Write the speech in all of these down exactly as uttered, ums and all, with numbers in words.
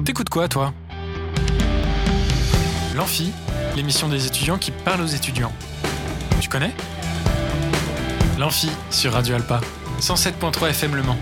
T'écoutes quoi, toi ? L'Amphi, l'émission des étudiants qui parlent aux étudiants. Tu connais ? L'Amphi sur Radio Alpa, cent sept virgule trois F M Le Mans.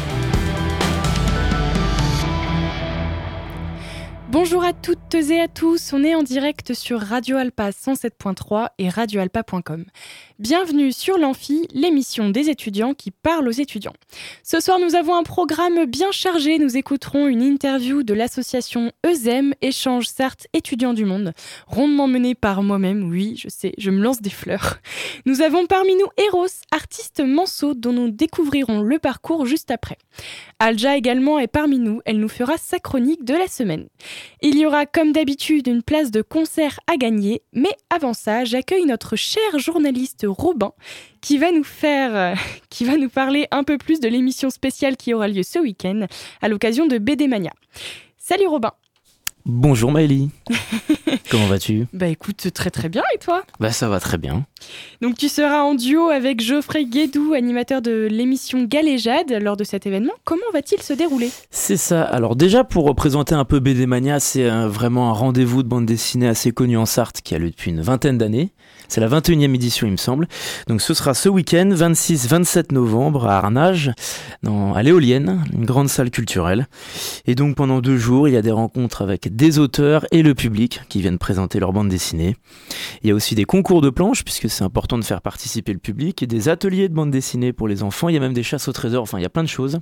Bonjour à toutes et à tous, on est en direct sur Radio Alpa cent sept virgule trois et radio alpa point com. Bienvenue sur l'Amphi, l'émission des étudiants qui parlent aux étudiants. Ce soir, nous avons un programme bien chargé. Nous écouterons une interview de l'association E S E M, Échange Sarthe Étudiants du Monde, rondement menée par moi-même. Oui, je sais, je me lance des fleurs. Nous avons parmi nous Eros, artiste manceau dont nous découvrirons le parcours juste après. Alja également est parmi nous, elle nous fera sa chronique de la semaine. Il y aura comme d'habitude une place de concert à gagner, mais avant ça, j'accueille notre cher journaliste Robin qui va nous faire, euh, qui va nous parler un peu plus de l'émission spéciale qui aura lieu ce week-end à l'occasion de B D Mania. Salut Robin. Bonjour Maëlie. Comment vas-tu ? Bah écoute, très très bien, et toi ? Bah ça va très bien. Donc tu seras en duo avec Geoffrey Guédou, animateur de l'émission Galéjade lors de cet événement. Comment va-t-il se dérouler ? C'est ça. Alors déjà pour représenter un peu B D Mania, c'est un, vraiment un rendez-vous de bande dessinée assez connu en Sarthe qui a lieu depuis une vingtaine d'années. C'est la vingt et unième édition il me semble. Donc ce sera ce week-end, vingt-six vingt-sept novembre à Arnage, dans, à l'Éolienne, une grande salle culturelle. Et donc pendant deux jours, il y a des rencontres avec des auteurs et le public qui viennent présenter leur bande dessinée. Il y a aussi des concours de planches, puisque c'est important de faire participer le public, et des ateliers de bande dessinée pour les enfants. Il y a même des chasses au trésor, enfin il y a plein de choses.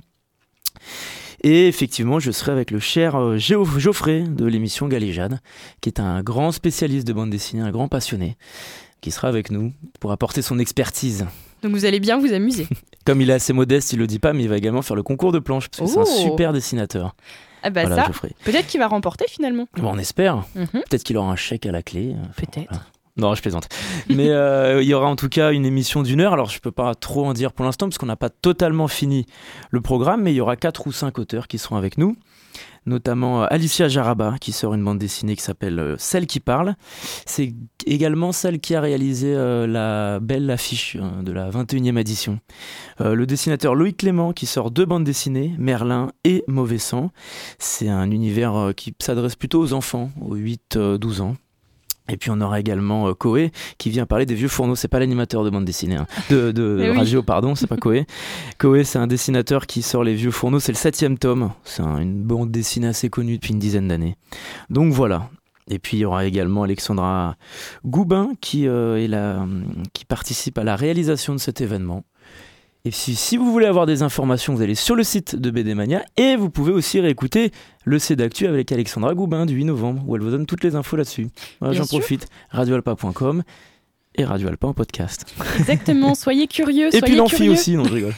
Et effectivement, je serai avec le cher euh, Géo- Geoffrey de l'émission Galéjade, qui est un grand spécialiste de bande dessinée, un grand passionné, qui sera avec nous pour apporter son expertise. Donc vous allez bien vous amuser. Comme il est assez modeste, il le dit pas, mais il va également faire le concours de planches, parce que Oh. c'est un super dessinateur. Ah bah Voilà, ça, Geoffrey. peut-être qu'il va remporter finalement. Bon, on espère. Mhm. Peut-être qu'il aura un chèque à la clé. Enfin, Peut-être. voilà. Non, je plaisante. Mais euh, il y aura en tout cas une émission d'une heure. Alors, je peux pas trop en dire pour l'instant, parce qu'on n'a pas totalement fini le programme, mais il y aura quatre ou cinq auteurs qui seront avec nous. Notamment euh, Alicia Jaraba, qui sort une bande dessinée qui s'appelle euh, Celle qui parle. C'est également celle qui a réalisé euh, la belle affiche euh, de la vingt et unième édition. Euh, le dessinateur Loïc Clément, qui sort deux bandes dessinées, Merlin et Mauvais Sang. C'est un univers euh, qui s'adresse plutôt aux enfants, aux huit douze ans. Et puis on aura également euh, Koé qui vient parler des vieux fourneaux. C'est pas l'animateur de bande dessinée, hein. de, de oui. radio, pardon, c'est pas Koé. Koé, c'est un dessinateur qui sort les vieux fourneaux. C'est le septième tome. C'est un, une bande dessinée assez connue depuis une dizaine d'années. Donc voilà. Et puis il y aura également Alexandra Goubin qui, euh, est la, qui participe à la réalisation de cet événement. Et si, si vous voulez avoir des informations, vous allez sur le site de B D Mania et vous pouvez aussi réécouter le C d'actu avec Alexandra Goubin du huit novembre où elle vous donne toutes les infos là-dessus. Voilà, Bien j'en sûr. profite. radio alpa point com et Radio Alpa en podcast. Exactement, soyez curieux, Et soyez puis l'amphi curieux. aussi, non je rigole.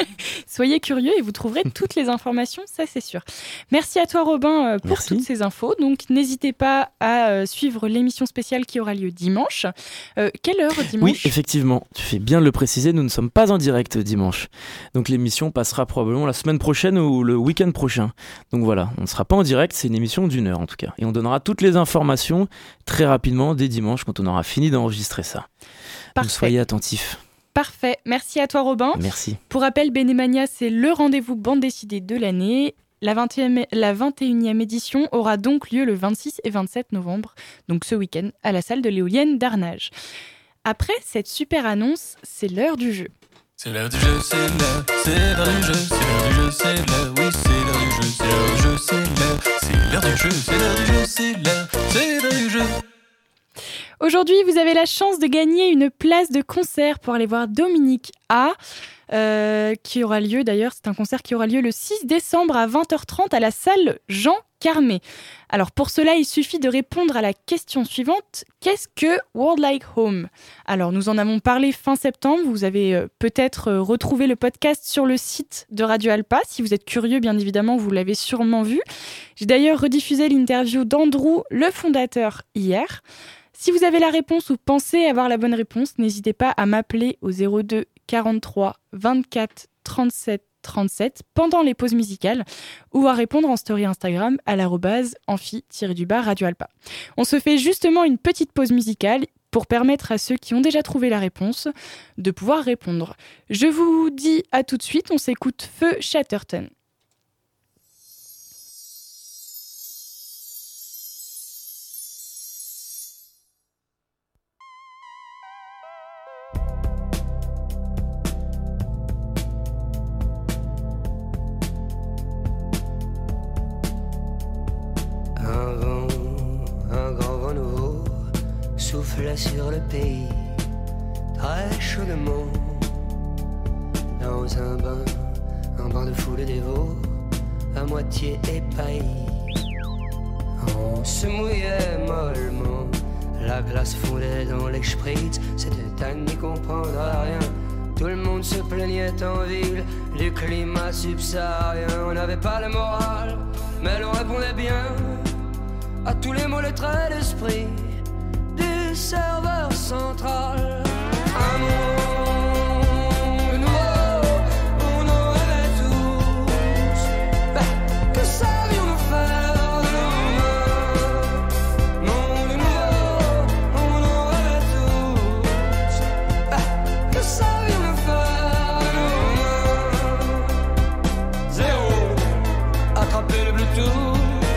Soyez curieux et vous trouverez toutes les informations, ça c'est sûr. Merci à toi Robin euh, pour Merci. toutes ces infos. Donc n'hésitez pas à euh, suivre l'émission spéciale qui aura lieu dimanche. Euh, quelle heure dimanche ? Oui, effectivement, tu fais bien de le préciser, nous ne sommes pas en direct dimanche. Donc l'émission passera probablement la semaine prochaine ou le week-end prochain. Donc voilà, on ne sera pas en direct, c'est une émission d'une heure en tout cas. Et on donnera toutes les informations très rapidement dès dimanche quand on aura fini d'enregistrer ça. Parfait. Donc soyez attentifs. Parfait, merci à toi Robin. Merci. Pour rappel, B D Mania, c'est le rendez-vous bande dessinée de l'année. La vingtième, la vingt et unième édition aura donc lieu le vingt-six et vingt-sept novembre, donc ce week-end, à la salle de l'Éolienne d'Arnage. Après cette super annonce, c'est l'heure du jeu. C'est l'heure du jeu, c'est l'heure, c'est l'heure du jeu, c'est l'heure du jeu, c'est l'heure, oui, c'est l'heure du jeu, c'est l'heure du jeu, c'est l'heure, c'est l'heure du jeu, c'est l'heure du jeu, c'est l'heure, c'est l'heure du jeu. Aujourd'hui, vous avez la chance de gagner une place de concert pour aller voir Dominique A, euh, qui aura lieu d'ailleurs, c'est un concert qui aura lieu le six décembre à vingt heures trente à la salle Jean Carmé. Alors pour cela, il suffit de répondre à la question suivante. Qu'est-ce que World Like Home ? Alors nous en avons parlé fin septembre, vous avez euh, peut-être euh, retrouvé le podcast sur le site de Radio Alpa. Si vous êtes curieux, bien évidemment, vous l'avez sûrement vu. J'ai d'ailleurs rediffusé l'interview d'Andrew, le fondateur, hier. Si vous avez la réponse ou pensez avoir la bonne réponse, n'hésitez pas à m'appeler au zéro deux quarante-trois vingt-quatre trente-sept trente-sept pendant les pauses musicales ou à répondre en story Instagram à l'arrobase amphi-du-bas Radio Alpa. On se fait justement une petite pause musicale pour permettre à ceux qui ont déjà trouvé la réponse de pouvoir répondre. Je vous dis à tout de suite, on s'écoute Feu Chatterton. soufflait sur le pays, très chaudement. Dans un bain, un bain de foule dévot, à moitié épaillis. On se mouillait mollement, la glace fondait dans les spritz, c'était à n'y comprendre à rien. Tout le monde se plaignait en ville du climat subsaharien. On n'avait pas le moral, mais l'on répondait bien à tous les mots, les traits d'esprit du serveur central. Un monde nouveau, on en rêvait tous. Bah, que savions-nous faire de nos mains? Monde nouveau, on en rêvait tous. Bah, que savions-nous faire de nos mains? Zéro, attraper le Bluetooth.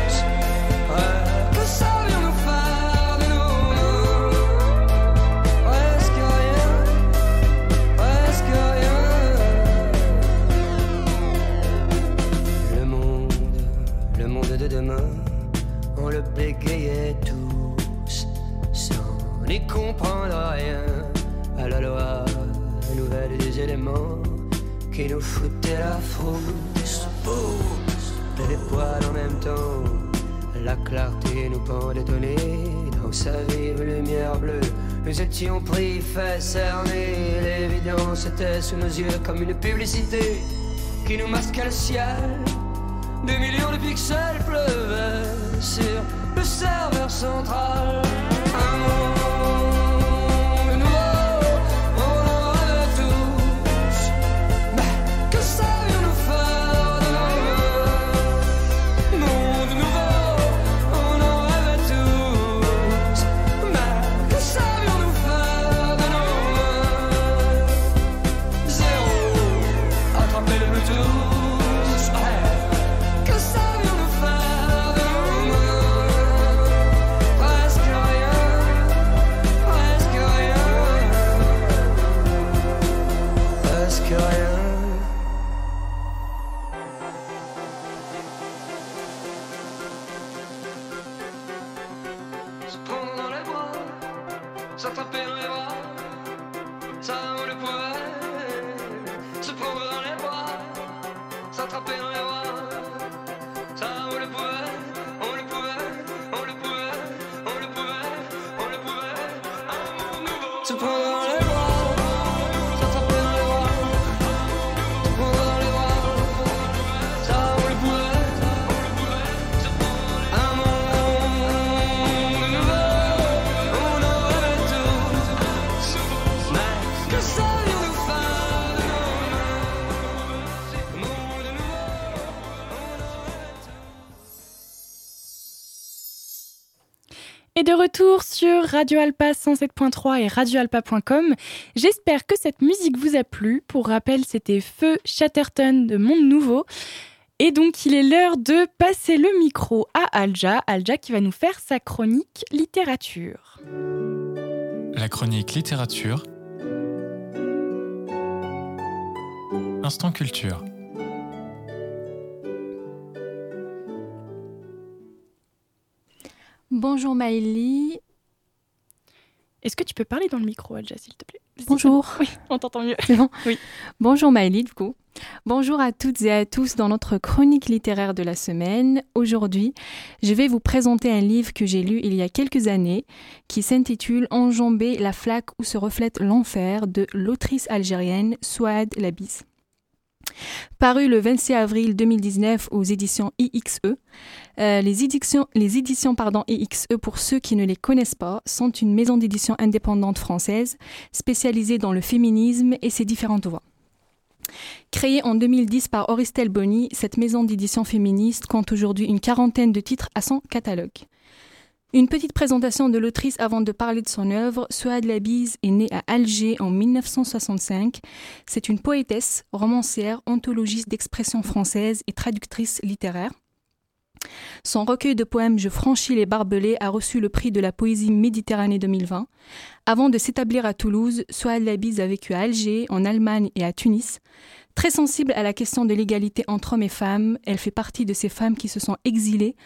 On le bégayait tous, sans n'y comprendre rien à la loi nouvelle des éléments qui nous foutaient la frousse. Et les poils en même temps, la clarté nous pendait au nez. Dans sa vive lumière bleue, nous étions pris, fait cerner. L'évidence était sous nos yeux comme une publicité qui nous masquait le ciel. Des millions de pixels pleuvaient sur le serveur central. Un monde nouveau, on en rêvait tous. Mais que savions-nous faire de nos mains? Monde nouveau, on en rêvait tous. Mais que savions-nous faire de nos mains? Zéro, attraper le Bluetooth. S'attraper dans les bras, ça on le pouvait. Se prendre dans les bras, s'attraper dans les bras, ça on le pouvait, on le pouvait, on le pouvait, on le pouvait, on le pouvait. Un monde nouveau. Se prendre dans les bras, s'attraper dans les bras, se prendre dans les bras, ça on le pouvait, on le pouvait. Se prendre dans les bras. Un monde nouveau. Et de retour sur Radio Alpa cent sept point trois et radio alpa point com. J'espère que cette musique vous a plu. Pour rappel, c'était Feu Chatterton de Monde Nouveau. Et donc, il est l'heure de passer le micro à Alja. Alja qui va nous faire sa chronique littérature. La chronique littérature. Instant culture. Bonjour Maëlie. Est-ce que tu peux parler dans le micro, Alja, s'il te plaît? Bonjour. Oui, on t'entend mieux. C'est bon? Oui. Bonjour Maëlie, du coup. Bonjour à toutes et à tous dans notre chronique littéraire de la semaine. Aujourd'hui, je vais vous présenter un livre que j'ai lu il y a quelques années qui s'intitule « Enjamber la flaque où se reflète l'enfer » de l'autrice algérienne Souad Labis. Paru le vingt-six avril deux mille dix-neuf aux éditions I X E. Euh, les éditions, les éditions pardon, I X E, pour ceux qui ne les connaissent pas, sont une maison d'édition indépendante française spécialisée dans le féminisme et ses différentes voies. Créée en deux mille dix par Auristelle Bonny, cette maison d'édition féministe compte aujourd'hui une quarantaine de titres à son catalogue. Une petite présentation de l'autrice avant de parler de son œuvre. Souad Labis est née à Alger en mille neuf cent soixante-cinq. C'est une poétesse, romancière, anthologiste d'expression française et traductrice littéraire. Son recueil de poèmes « Je franchis les barbelés » a reçu le prix de la poésie Méditerranée deux mille vingt. Avant de s'établir à Toulouse, Souad Labis a vécu à Alger, en Allemagne et à Tunis. Très sensible à la question de l'égalité entre hommes et femmes, elle fait partie de ces femmes qui se sont exilées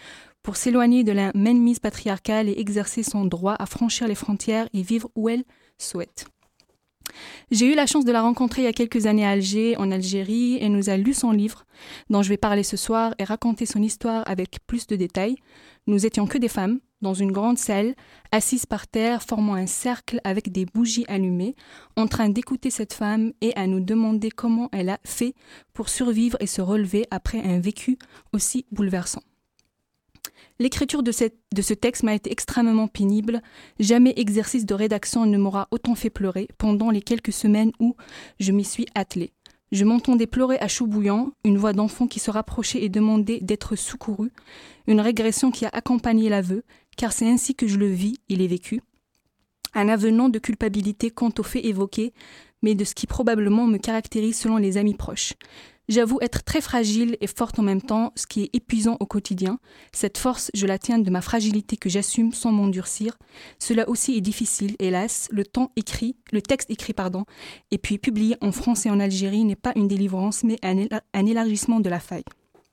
pour s'éloigner de la mainmise patriarcale et exercer son droit à franchir les frontières et vivre où elle souhaite. J'ai eu la chance de la rencontrer il y a quelques années à Alger, en Algérie. Elle nous a lu son livre, dont je vais parler ce soir, et raconter son histoire avec plus de détails. Nous étions que des femmes, dans une grande salle, assises par terre, formant un cercle avec des bougies allumées, en train d'écouter cette femme et à nous demander comment elle a fait pour survivre et se relever après un vécu aussi bouleversant. L'écriture de, cette, de ce texte m'a été extrêmement pénible. Jamais exercice de rédaction ne m'aura autant fait pleurer pendant les quelques semaines où je m'y suis attelée. Je m'entendais pleurer à chaud bouillant, une voix d'enfant qui se rapprochait et demandait d'être secourue, une régression qui a accompagné l'aveu, car c'est ainsi que je le vis et l'ai vécu. Un aveu non de culpabilité quant aux faits évoqués, mais de ce qui probablement me caractérise selon les amis proches. J'avoue être très fragile et forte en même temps, ce qui est épuisant au quotidien. Cette force, je la tiens de ma fragilité que j'assume sans m'endurcir. Cela aussi est difficile, hélas. Le temps écrit, le texte écrit, pardon, et puis publié en France et en Algérie n'est pas une délivrance, mais un, éla- un élargissement de la faille.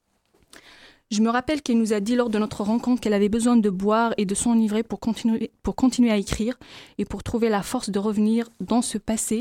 Je me rappelle qu'elle nous a dit lors de notre rencontre qu'elle avait besoin de boire et de s'enivrer pour continuer, pour continuer à écrire et pour trouver la force de revenir dans ce passé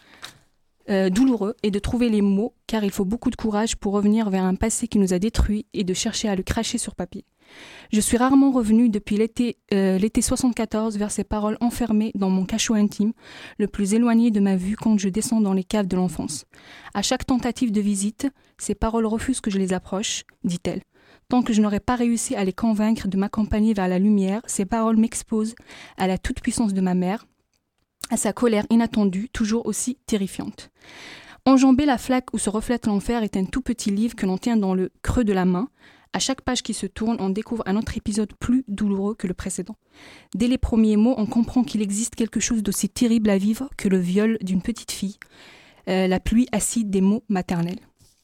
Euh, douloureux et de trouver les mots, car il faut beaucoup de courage pour revenir vers un passé qui nous a détruits et de chercher à le cracher sur papier. Je suis rarement revenue depuis l'été, euh, l'été soixante-quatorze vers ces paroles enfermées dans mon cachot intime, le plus éloigné de ma vue quand je descends dans les caves de l'enfance. À chaque tentative de visite, ces paroles refusent que je les approche, dit-elle. Tant que je n'aurai pas réussi à les convaincre de m'accompagner vers la lumière, ces paroles m'exposent à la toute-puissance de ma mère, à sa colère inattendue, toujours aussi terrifiante. Enjamber la flaque où se reflète l'enfer est un tout petit livre que l'on tient dans le creux de la main. À chaque page qui se tourne, on découvre un autre épisode plus douloureux que le précédent. Dès les premiers mots, on comprend qu'il existe quelque chose d'aussi terrible à vivre que le viol d'une petite fille, euh, la pluie acide des mots maternels.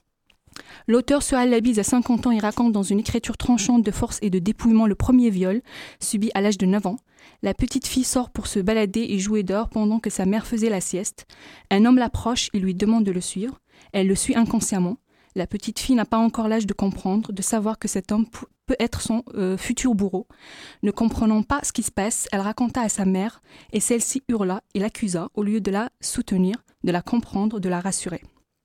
L'auteur Souhail Labise a cinquante ans et raconte dans une écriture tranchante de force et de dépouillement le premier viol, subi à l'âge de neuf ans. La petite fille sort pour se balader et jouer dehors pendant que sa mère faisait la sieste. Un homme l'approche et lui demande de le suivre. Elle le suit inconsciemment. La petite fille n'a pas encore l'âge de comprendre, de savoir que cet homme p- peut être son euh, futur bourreau. Ne comprenant pas ce qui se passe, elle raconta à sa mère et celle-ci hurla et l'accusa au lieu de la soutenir, de la comprendre, de la rassurer.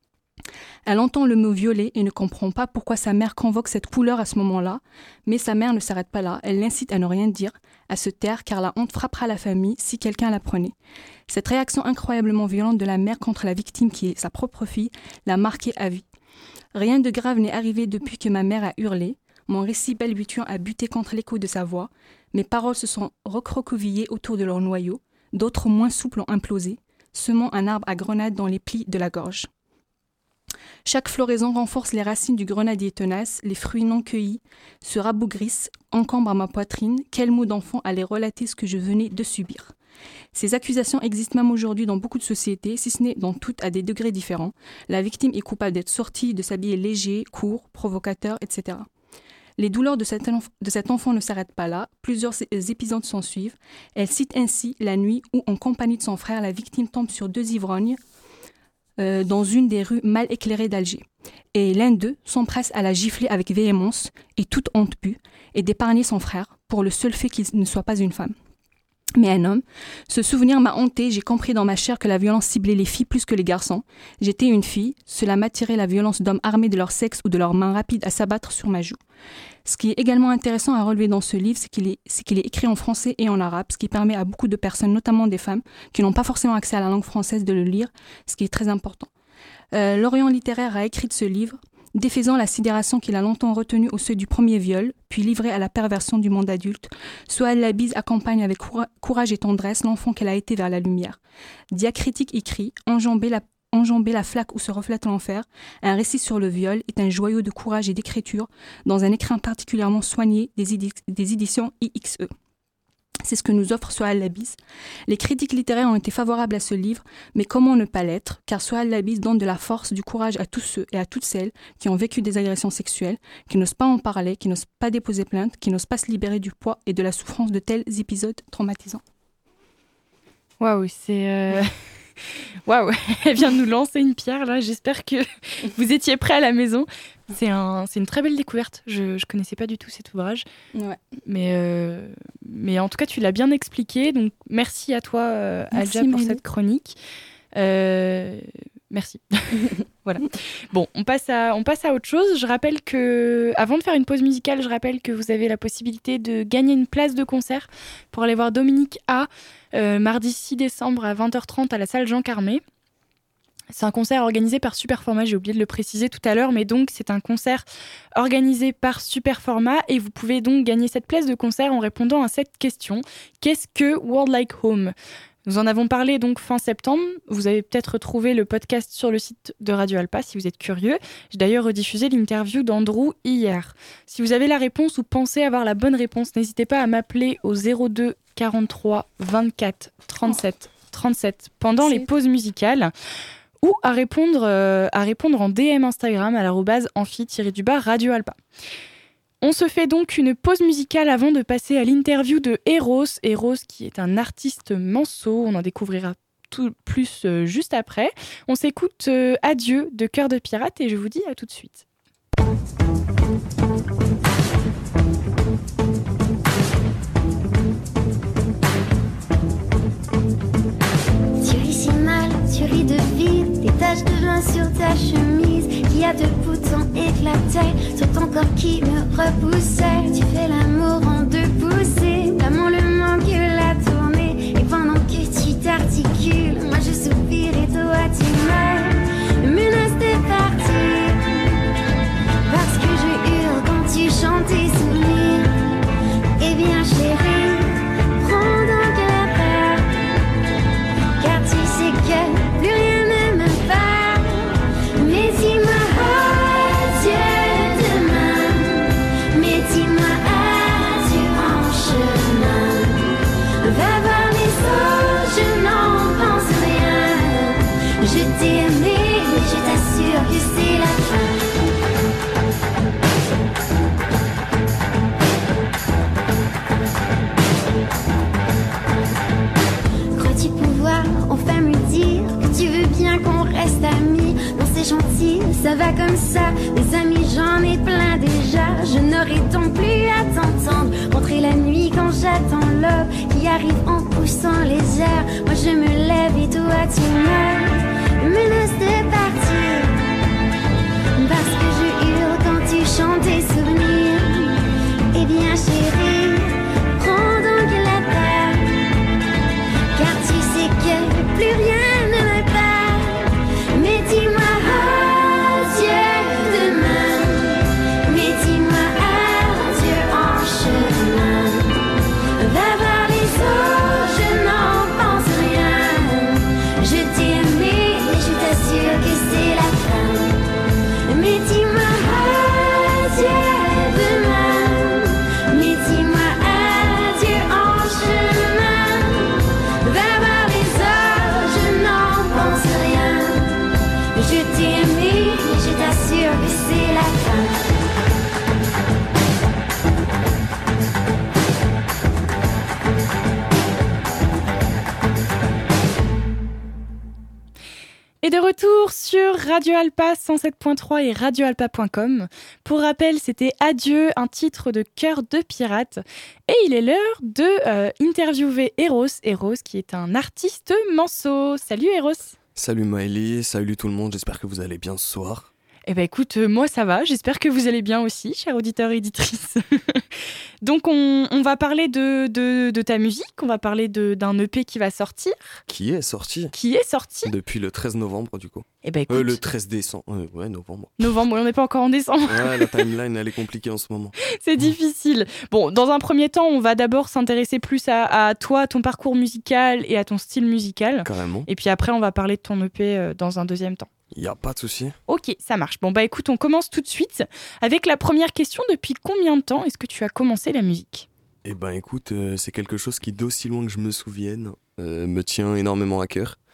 Elle entend le mot violer et ne comprend pas pourquoi sa mère convoque cette couleur à ce moment-là, mais sa mère ne s'arrête pas là, elle l'incite à ne rien dire, à se taire car la honte frappera la famille si quelqu'un l'apprenait. Cette réaction incroyablement violente de la mère contre la victime qui est sa propre fille l'a marquée à vie. Rien de grave n'est arrivé depuis que ma mère a hurlé, mon récit balbutiant a buté contre l'écho de sa voix, mes paroles se sont recroquevillées autour de leur noyau, d'autres moins souples ont implosé, semant un arbre à grenade dans les plis de la gorge. Chaque floraison renforce les racines du grenadier tenace, les fruits non cueillis se rabougrissent, encombrent à ma poitrine. Quel mot d'enfant allait relater ce que je venais de subir? Ces accusations existent même aujourd'hui dans beaucoup de sociétés, si ce n'est dans toutes à des degrés différents. La victime est coupable d'être sortie, de s'habiller léger, court, provocateur, et cetera. Les douleurs de cet, enf- de cet enfant ne s'arrêtent pas là, plusieurs épisodes s'en suivent. Elle cite ainsi la nuit où, en compagnie de son frère, la victime tombe sur deux ivrognes, Euh, dans une des rues mal éclairées d'Alger. Et l'un d'eux s'empresse à la gifler avec véhémence et toute honte pue, et d'épargner son frère pour le seul fait qu'il ne soit pas une femme. Mais un homme, ce souvenir m'a hanté, j'ai compris dans ma chair que la violence ciblait les filles plus que les garçons. J'étais une fille, cela m'attirait la violence d'hommes armés de leur sexe ou de leurs mains rapides à s'abattre sur ma joue. Ce qui est également intéressant à relever dans ce livre, c'est qu'il est, c'est qu'il est écrit en français et en arabe, ce qui permet à beaucoup de personnes, notamment des femmes, qui n'ont pas forcément accès à la langue française, de le lire, ce qui est très important. Euh, L'Orient littéraire a écrit de ce livre, défaisant la sidération qu'il a longtemps retenue au seuil du premier viol, puis livré à la perversion du monde adulte. Souhail Labise accompagne avec coura- courage et tendresse l'enfant qu'elle a été vers la lumière. Diacritique écrit, enjamber la Enjamber la flaque où se reflète l'enfer, un récit sur le viol, est un joyau de courage et d'écriture dans un écrin particulièrement soigné des, édi- des éditions I X E. C'est ce que nous offre Souhail Labise. Les critiques littéraires ont été favorables à ce livre, mais comment ne pas l'être, car Souhail Labise donne de la force, du courage à tous ceux et à toutes celles qui ont vécu des agressions sexuelles, qui n'osent pas en parler, qui n'osent pas déposer plainte, qui n'osent pas se libérer du poids et de la souffrance de tels épisodes traumatisants. Waouh, c'est... Euh... Waouh, elle vient de nous lancer une pierre là, j'espère que vous étiez prêts à la maison C'est, un, c'est une très belle découverte. Je ne connaissais pas du tout cet ouvrage. Ouais. Mais, euh, mais en tout cas, tu l'as bien expliqué. Donc, merci à toi, euh, Merci, Adja, pour Maëlie. cette chronique. Euh, merci. Voilà. Bon, on passe, à, on passe à autre chose. Je rappelle que, avant de faire une pause musicale, je rappelle que vous avez la possibilité de gagner une place de concert pour aller voir Dominique A. Euh, mardi six décembre à vingt heures trente à la salle Jean Carmé. C'est un concert organisé par Superformat, j'ai oublié de le préciser tout à l'heure, mais donc c'est un concert organisé par Superformat et vous pouvez donc gagner cette place de concert en répondant à cette question. Qu'est-ce que World Like Home ? Nous en avons parlé donc fin septembre. Vous avez peut-être retrouvé le podcast sur le site de Radio Alpa si vous êtes curieux. J'ai d'ailleurs rediffusé l'interview d'Andrew hier. Si vous avez la réponse ou pensez avoir la bonne réponse, n'hésitez pas à m'appeler au zéro deux quarante-trois vingt-quatre trente-sept trente-sept pendant C'est- les pauses musicales. Ou à répondre, euh, à répondre en D M Instagram à l'arrobase amphi-du-bas Radio Alpa. On se fait donc une pause musicale avant de passer à l'interview de Eros. Eros qui est un artiste manceau, on en découvrira tout plus euh, juste après. On s'écoute euh, Adieu de Cœur de Pirate et je vous dis à tout de suite. Tu ris si mal, tu ris de vide, des taches de vin sur ta chemise, qui a deux boutons éclatés sur ton corps qui me repoussait. Tu fais l'amour en deux poussées, l'amour le manque la tournée, et pendant que tu t'articules, moi je soupire et toi tu meurs. Me menace de partir, parce que je hurle quand tu chantes tes souvenirs. Eh bien chérie, prends donc la peur, car tu sais que plus rien ne me va. Mais dis-moi adieu demain, mais dis-moi adieu en chemin. Va voir les autres, je n'en pense rien. Je t'ai aimé, mais je t'assure que c'est la fin. Crois-tu pouvoir enfin me dire que tu veux bien qu'on reste amis? Non, c'est gentil, ça va comme ça. Des amis, j'en ai plein déjà. Je n'aurai donc plus à t'entendre rentrer la nuit quand j'attends l'aube qui arrive en poussant les airs. Moi je me lève et toi tu meurs. Me menace de partir, parce que je hurle quand tu chantes tes souvenirs. Eh bien chérie, prends donc la terre, car tu sais que plus rien ne me part. Mais dis-moi adieu demain, mais dis-moi adieu en chemin. Va voir les autres, je n'en pense rien. Je t'ai aimé, mais je t'assure que c'est la fin. Mais dis-moi adieu demain, mais dis-moi adieu en chemin. Va voir les autres, je n'en pense rien. Je t'ai aimé, mais je t'assure que c'est la fin. Et de retour sur Radio Alpa cent sept point trois et radio alpa point com. Pour rappel, c'était Adieu, un titre de Cœur de Pirate. Et il est l'heure de euh, interviewer Eros. Eros qui est un artiste manceau. Salut Eros. Salut Maëlie, salut tout le monde, j'espère que vous allez bien ce soir. Eh ben écoute, euh, moi ça va, j'espère que vous allez bien aussi, chers auditeurs et éditrices. Donc on, on va parler de, de, de ta musique, on va parler de, d'un E P qui va sortir, Qui est sorti qui est sorti. depuis le treize novembre du coup. Eh ben écoute, Euh, le treize décembre, euh, ouais novembre. novembre, on n'est pas encore en décembre. Ouais, la timeline elle est compliquée en ce moment. C'est difficile. Bon, dans un premier temps, on va d'abord s'intéresser plus à, à toi, à ton parcours musical et à ton style musical. Carrément, Et puis après, on va parler de ton E P euh, dans un deuxième temps. y a pas de souci. Ok, ça marche. Bon, bah écoute, on commence tout de suite avec la première question. Depuis combien de temps est-ce que tu as commencé la musique ? Eh ben écoute, euh, c'est quelque chose qui d'aussi loin que je me souvienne euh, me tient énormément à cœur.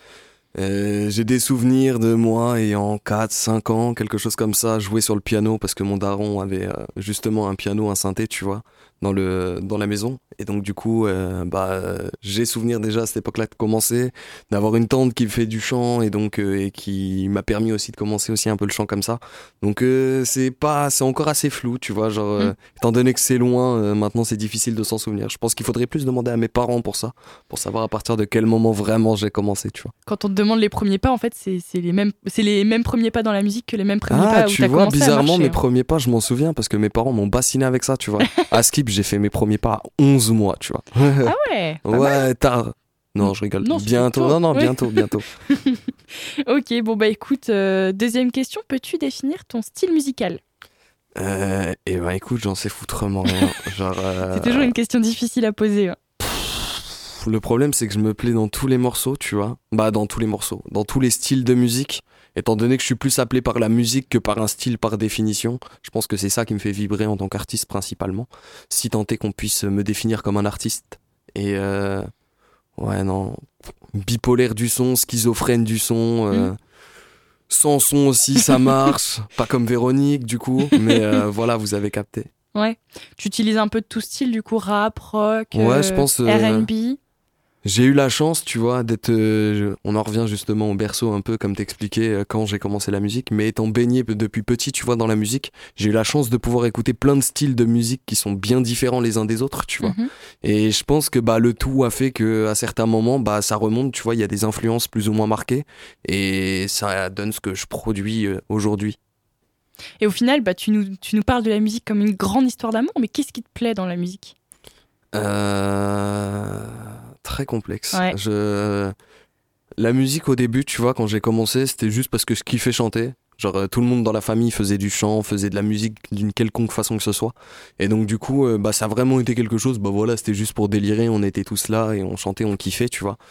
Euh, j'ai des souvenirs de moi ayant quatre cinq ans, quelque chose comme ça, jouer sur le piano parce que mon daron avait euh, justement un piano, un synthé, tu vois, dans, le, dans la maison. Et donc du coup, euh, bah, euh, j'ai souvenir déjà à cette époque-là de commencer, d'avoir une tante qui fait du chant et donc euh, et qui m'a permis aussi de commencer aussi un peu le chant comme ça. Donc euh, c'est pas, c'est encore assez flou, tu vois, genre euh, Mm. étant donné que c'est loin, euh, maintenant c'est difficile de s'en souvenir. Je pense qu'il faudrait plus demander à mes parents pour ça, pour savoir à partir de quel moment vraiment j'ai commencé, tu vois. Quand on te demande les premiers pas, en fait, c'est c'est les mêmes, c'est les mêmes premiers pas dans la musique que les mêmes premiers Ah, pas où tu t'as vois, commencé à bizarrement, marcher, mes hein. premiers pas, je m'en souviens parce que mes parents m'ont bassiné avec ça, tu vois. À Skip, j'ai fait mes premiers pas à onze mois, tu vois. Ah ouais. Pas mal. Ouais, tard. Non, je rigole. Non, c'est bientôt. tôt. Non, non, Oui. bientôt, bientôt. Ok, bon bah écoute, euh, deuxième question, peux-tu définir ton style musical? Euh, et ben écoute, j'en sais foutrement rien. Genre, euh, C'est toujours une question difficile à poser, hein. le problème, c'est que je me plais dans tous les morceaux, tu vois. Bah, dans tous les morceaux, dans tous les styles de musique. Étant donné que je suis plus appelé par la musique que par un style par définition, je pense que c'est ça qui me fait vibrer en tant qu'artiste principalement. Si tant est qu'on puisse me définir comme un artiste. Et euh, ouais, non. Bipolaire du son, schizophrène du son. Euh, Mm. Sans son aussi, ça marche. Pas comme Véronique, du coup. Mais euh, voilà, vous avez capté. Ouais. Tu utilises un peu de tout style, du coup, rap, rock, Ouais, euh, je pense, euh, R and B. J'ai eu la chance, tu vois, d'être... euh, je- on en revient justement au berceau un peu, comme t'expliquais, euh, quand j'ai commencé la musique. Mais étant baigné p- depuis petit, tu vois, dans la musique, j'ai eu la chance de pouvoir écouter plein de styles de musique qui sont bien différents les uns des autres, tu vois. Mhm. Et je pense que bah, le tout a fait qu'à certains moments, bah, ça remonte, tu vois, il y a des influences plus ou moins marquées. Et ça donne ce que je produis euh, aujourd'hui. Et au final, bah, tu, nous, tu nous parles de la musique comme une grande histoire d'amour, mais qu'est-ce qui te plaît dans la musique? Euh... Très complexe. Ouais. Je... La musique au début, tu vois, quand j'ai commencé, c'était juste parce que je kiffais chanter. Genre euh, tout le monde dans la famille faisait du chant, faisait de la musique d'une quelconque façon que ce soit. Et donc du coup, euh, bah ça a vraiment été quelque chose, bah voilà, c'était juste pour délirer, on était tous là et on chantait, on kiffait, tu vois.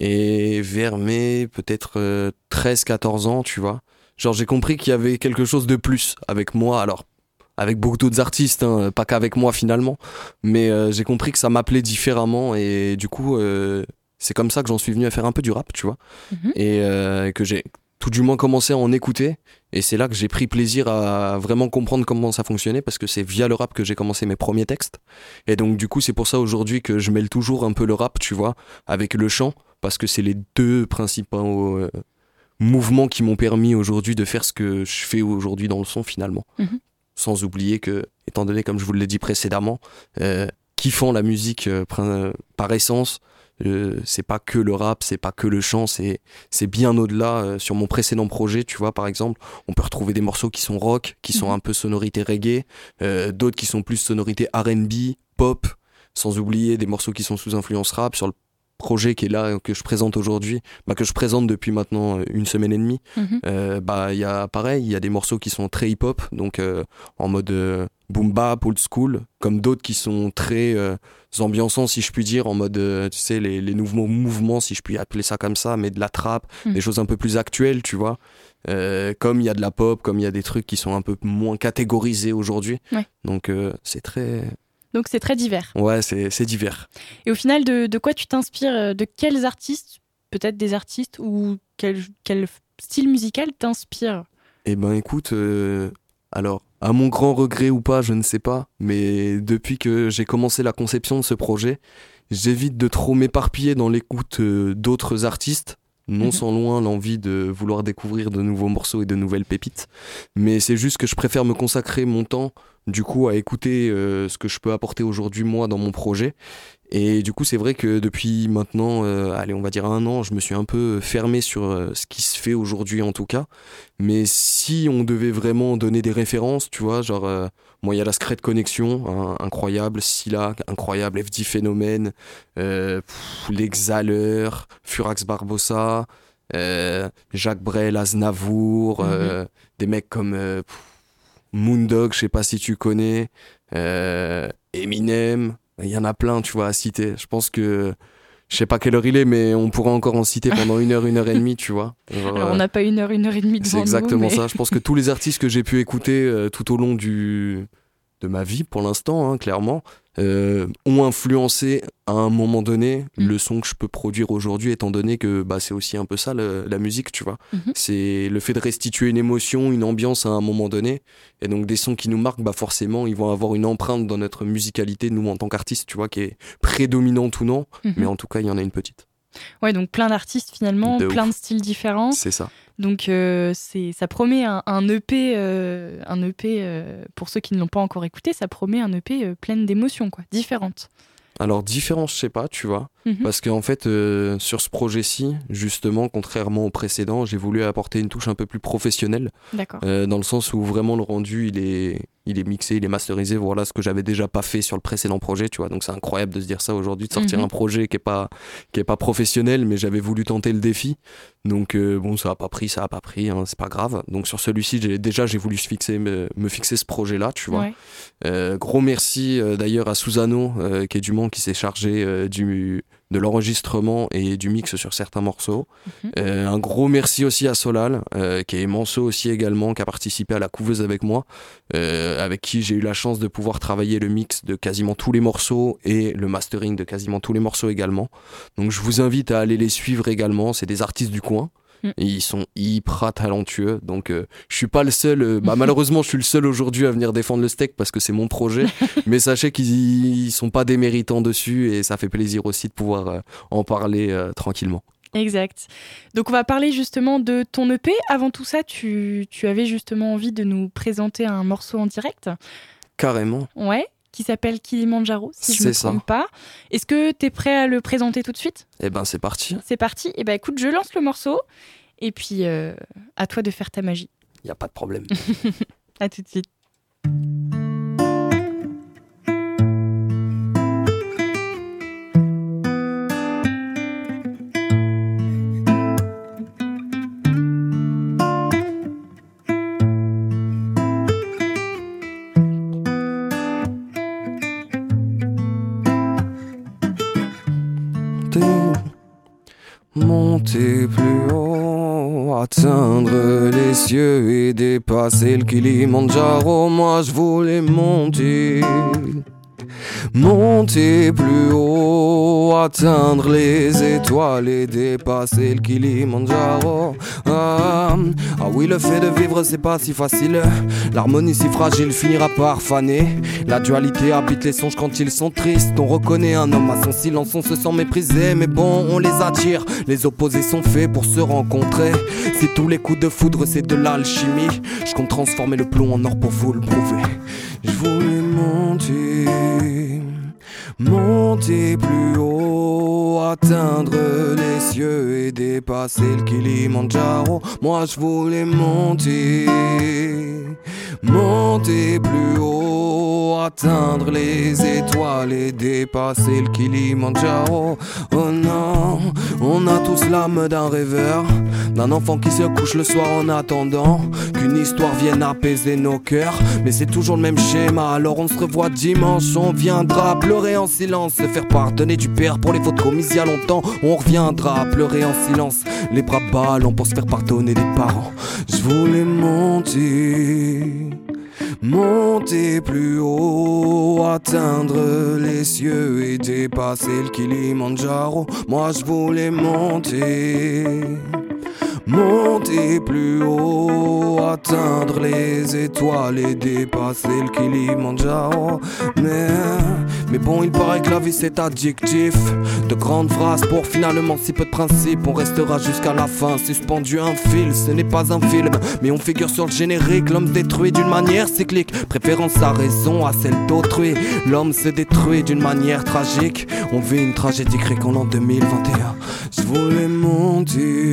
Et vers mes peut-être euh, treize quatorze ans, tu vois, genre j'ai compris qu'il y avait quelque chose de plus avec moi. Alors avec beaucoup d'autres artistes, hein, pas qu'avec moi finalement, mais euh, j'ai compris que ça m'appelait différemment et du coup euh, c'est comme ça que j'en suis venu à faire un peu du rap, tu vois, Mhm. et euh, que j'ai tout du moins commencé à en écouter, et c'est là que j'ai pris plaisir à vraiment comprendre comment ça fonctionnait, parce que c'est via le rap que j'ai commencé mes premiers textes, et donc du coup c'est pour ça aujourd'hui que je mêle toujours un peu le rap, tu vois, avec le chant, parce que c'est les deux principaux euh, mouvements qui m'ont permis aujourd'hui de faire ce que je fais aujourd'hui dans le son finalement. Mhm. Sans oublier que, étant donné, comme je vous l'ai dit précédemment, euh, kiffant la musique euh, prin- par essence, euh, c'est pas que le rap, c'est pas que le chant, c'est, c'est bien au-delà. Euh, sur mon précédent projet, tu vois, par exemple, on peut retrouver des morceaux qui sont rock, qui sont Mhm. un peu sonorité reggae, euh, d'autres qui sont plus sonorité R and B, pop, sans oublier des morceaux qui sont sous influence rap. Sur le projet qui est là, que je présente aujourd'hui, bah, que je présente depuis maintenant euh, une semaine et demie, Mhm. euh, bah il y a pareil, il y a des morceaux qui sont très hip-hop, donc euh, en mode euh, boom bap, old school, comme d'autres qui sont très euh, ambiançants, si je puis dire, en mode euh, tu sais les, les nouveaux mouvements, si je puis appeler ça comme ça, mais de la trap, Mhm. des choses un peu plus actuelles, tu vois. Euh, comme il y a de la pop, comme il y a des trucs qui sont un peu moins catégorisés aujourd'hui. Ouais. Donc euh, c'est très Donc c'est très divers. ouais, c'est c'est divers. Et au final, de, de quoi tu t'inspires? euh, De quels artistes, peut-être des artistes, ou quel, quel style musical t'inspire? Eh ben écoute, euh, alors, à mon grand regret ou pas, je ne sais pas, mais depuis que j'ai commencé la conception de ce projet, j'évite de trop m'éparpiller dans l'écoute euh, d'autres artistes, non Mhm. sans loin l'envie de vouloir découvrir de nouveaux morceaux et de nouvelles pépites, mais c'est juste que je préfère me consacrer mon temps, du coup, à écouter euh, ce que je peux apporter aujourd'hui, moi, dans mon projet. Et du coup, c'est vrai que depuis maintenant, euh, allez, on va dire un an, je me suis un peu fermé sur euh, ce qui se fait aujourd'hui en tout cas. Mais si on devait vraiment donner des références, tu vois, genre, euh, moi, il y a la Secret Connection, hein, incroyable, Scylla, incroyable, F D Phénomène, euh, pff, L'Exhaleur, Furax Barbossa, euh, Jacques Brel, Aznavour, euh, des mecs comme euh, pff, Moondog, je sais pas si tu connais, euh, Eminem. Il y en a plein, tu vois, à citer. Je pense que, je sais pas quelle heure il est, mais on pourra encore en citer pendant une heure, une heure et demie, tu vois. Genre, Alors, on euh, n'a pas une heure, une heure et demie devant c'est nous. exactement mais- ça. Je pense que tous les artistes que j'ai pu écouter euh, tout au long du, de ma vie pour l'instant, hein, clairement, euh, ont influencé à un moment donné mmh. le son que je peux produire aujourd'hui, étant donné que bah, c'est aussi un peu ça le, la musique, tu vois. Mmh. C'est le fait de restituer une émotion, une ambiance à un moment donné, et donc des sons qui nous marquent, bah, forcément, ils vont avoir une empreinte dans notre musicalité, nous en tant qu'artistes, tu vois, qui est prédominante ou non, mmh. mais en tout cas, il y en a une petite. Ouais, donc plein d'artistes finalement, de plein ouf. de styles différents. C'est ça. Donc euh, c'est, ça promet un, un E P, euh, un E P euh, pour ceux qui ne l'ont pas encore écouté, ça promet un E P euh, plein d'émotions, quoi, différentes. Alors différent, je sais pas, tu vois, mm-hmm. parce qu'en fait, euh, sur ce projet-ci, justement, contrairement au précédent, j'ai voulu apporter une touche un peu plus professionnelle. D'accord. Euh, dans le sens où vraiment le rendu, il est, il est mixé, il est masterisé, voilà ce que j'avais déjà pas fait sur le précédent projet, tu vois. Donc c'est incroyable de se dire ça aujourd'hui, de sortir mm-hmm. un projet qui est pas, qui est pas professionnel, mais j'avais voulu tenter le défi. Donc euh, bon, ça a pas pris, ça a pas pris, hein, c'est pas grave. Donc sur celui-ci, j'ai, déjà j'ai voulu fixer, me, me fixer ce projet-là, tu vois. Ouais. Euh, gros merci euh, d'ailleurs à Susano, euh, qui est du Mans, qui s'est chargé euh, du, de l'enregistrement et du mix sur certains morceaux. Mm-hmm. Euh, un gros merci aussi à Solal, euh, qui est Manceau aussi également, qui a participé à la couveuse avec moi, euh, avec qui j'ai eu la chance de pouvoir travailler le mix de quasiment tous les morceaux et le mastering de quasiment tous les morceaux également. Donc je vous invite à aller les suivre également, c'est des artistes du coin. Et ils sont hyper talentueux, donc euh, je suis pas le seul, euh, bah, malheureusement je suis le seul aujourd'hui à venir défendre le steak parce que c'est mon projet, mais sachez qu'ils ils sont pas déméritants dessus et ça fait plaisir aussi de pouvoir euh, en parler euh, tranquillement. Exact. Donc on va parler justement de ton E P. Avant tout ça, tu, tu avais justement envie de nous présenter un morceau en direct. Carrément. Ouais. Qui s'appelle Kilimandjaro, si je ne me trompe pas. Est-ce que tu es prêt à le présenter tout de suite ? Eh ben, c'est parti. C'est parti. Eh ben, écoute, je lance le morceau. Et puis, euh, à toi de faire ta magie. Il n'y a pas de problème. À tout de suite. Monter plus haut, atteindre les cieux et dépasser le Kilimandjaro. Moi je voulais monter, monter plus haut, atteindre les étoiles et dépasser le Kilimandjaro. Ah, ah oui, le fait de vivre c'est pas si facile. L'harmonie si fragile finira par faner. La dualité habite les songes quand ils sont tristes. On reconnaît un homme à son silence, on se sent méprisé. Mais bon, on les attire, les opposés sont faits pour se rencontrer. Si tous les coups de foudre c'est de l'alchimie, je compte transformer le plomb en or pour vous le prouver. Je voulais monter, monter plus haut, atteindre les cieux et dépasser le Kilimandjaro. Moi je voulais monter, monter plus haut, atteindre les étoiles et dépasser le Kilimandjaro. Oh non, on a tous l'âme d'un rêveur, d'un enfant qui se couche le soir en attendant qu'une histoire vienne apaiser nos cœurs. Mais c'est toujours le même schéma, alors on se revoit dimanche. On viendra pleurer en silence, se faire pardonner du père pour les fautes commises il y a longtemps. On reviendra pleurer en silence, les bras ballants pour se faire pardonner des parents. Je voulais monter, monter plus haut, atteindre les cieux et dépasser le Kilimandjaro. Moi je voulais monter, monter plus haut, atteindre les étoiles et dépasser le Kilimandjaro. Mais, mais bon, il paraît que la vie c'est addictif. De grandes phrases pour finalement si peu de principes. On restera jusqu'à la fin, suspendu à un fil. Ce n'est pas un film, mais on figure sur le générique. L'homme détruit d'une manière cyclique, préférant sa raison à celle d'autrui. L'homme se détruit d'une manière tragique. On vit une tragédie grecque en deux mille vingt et un. Je voulais monter,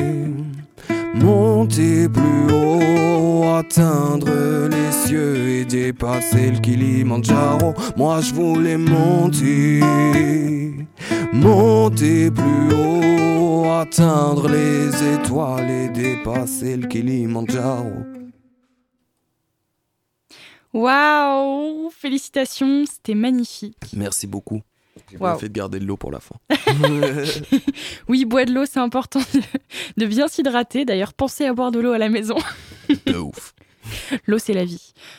monter plus haut, atteindre les cieux et dépasser le Kilimandjaro. Moi je voulais monter, monter plus haut, atteindre les étoiles et dépasser le Kilimandjaro. Waouh, félicitations, c'était magnifique. Merci beaucoup. J'ai wow. bien fait de garder de l'eau pour la fin. Oui, bois de l'eau, c'est important de, de bien s'hydrater. D'ailleurs, pensez à boire de l'eau à la maison. De ouf. L'eau, c'est la vie.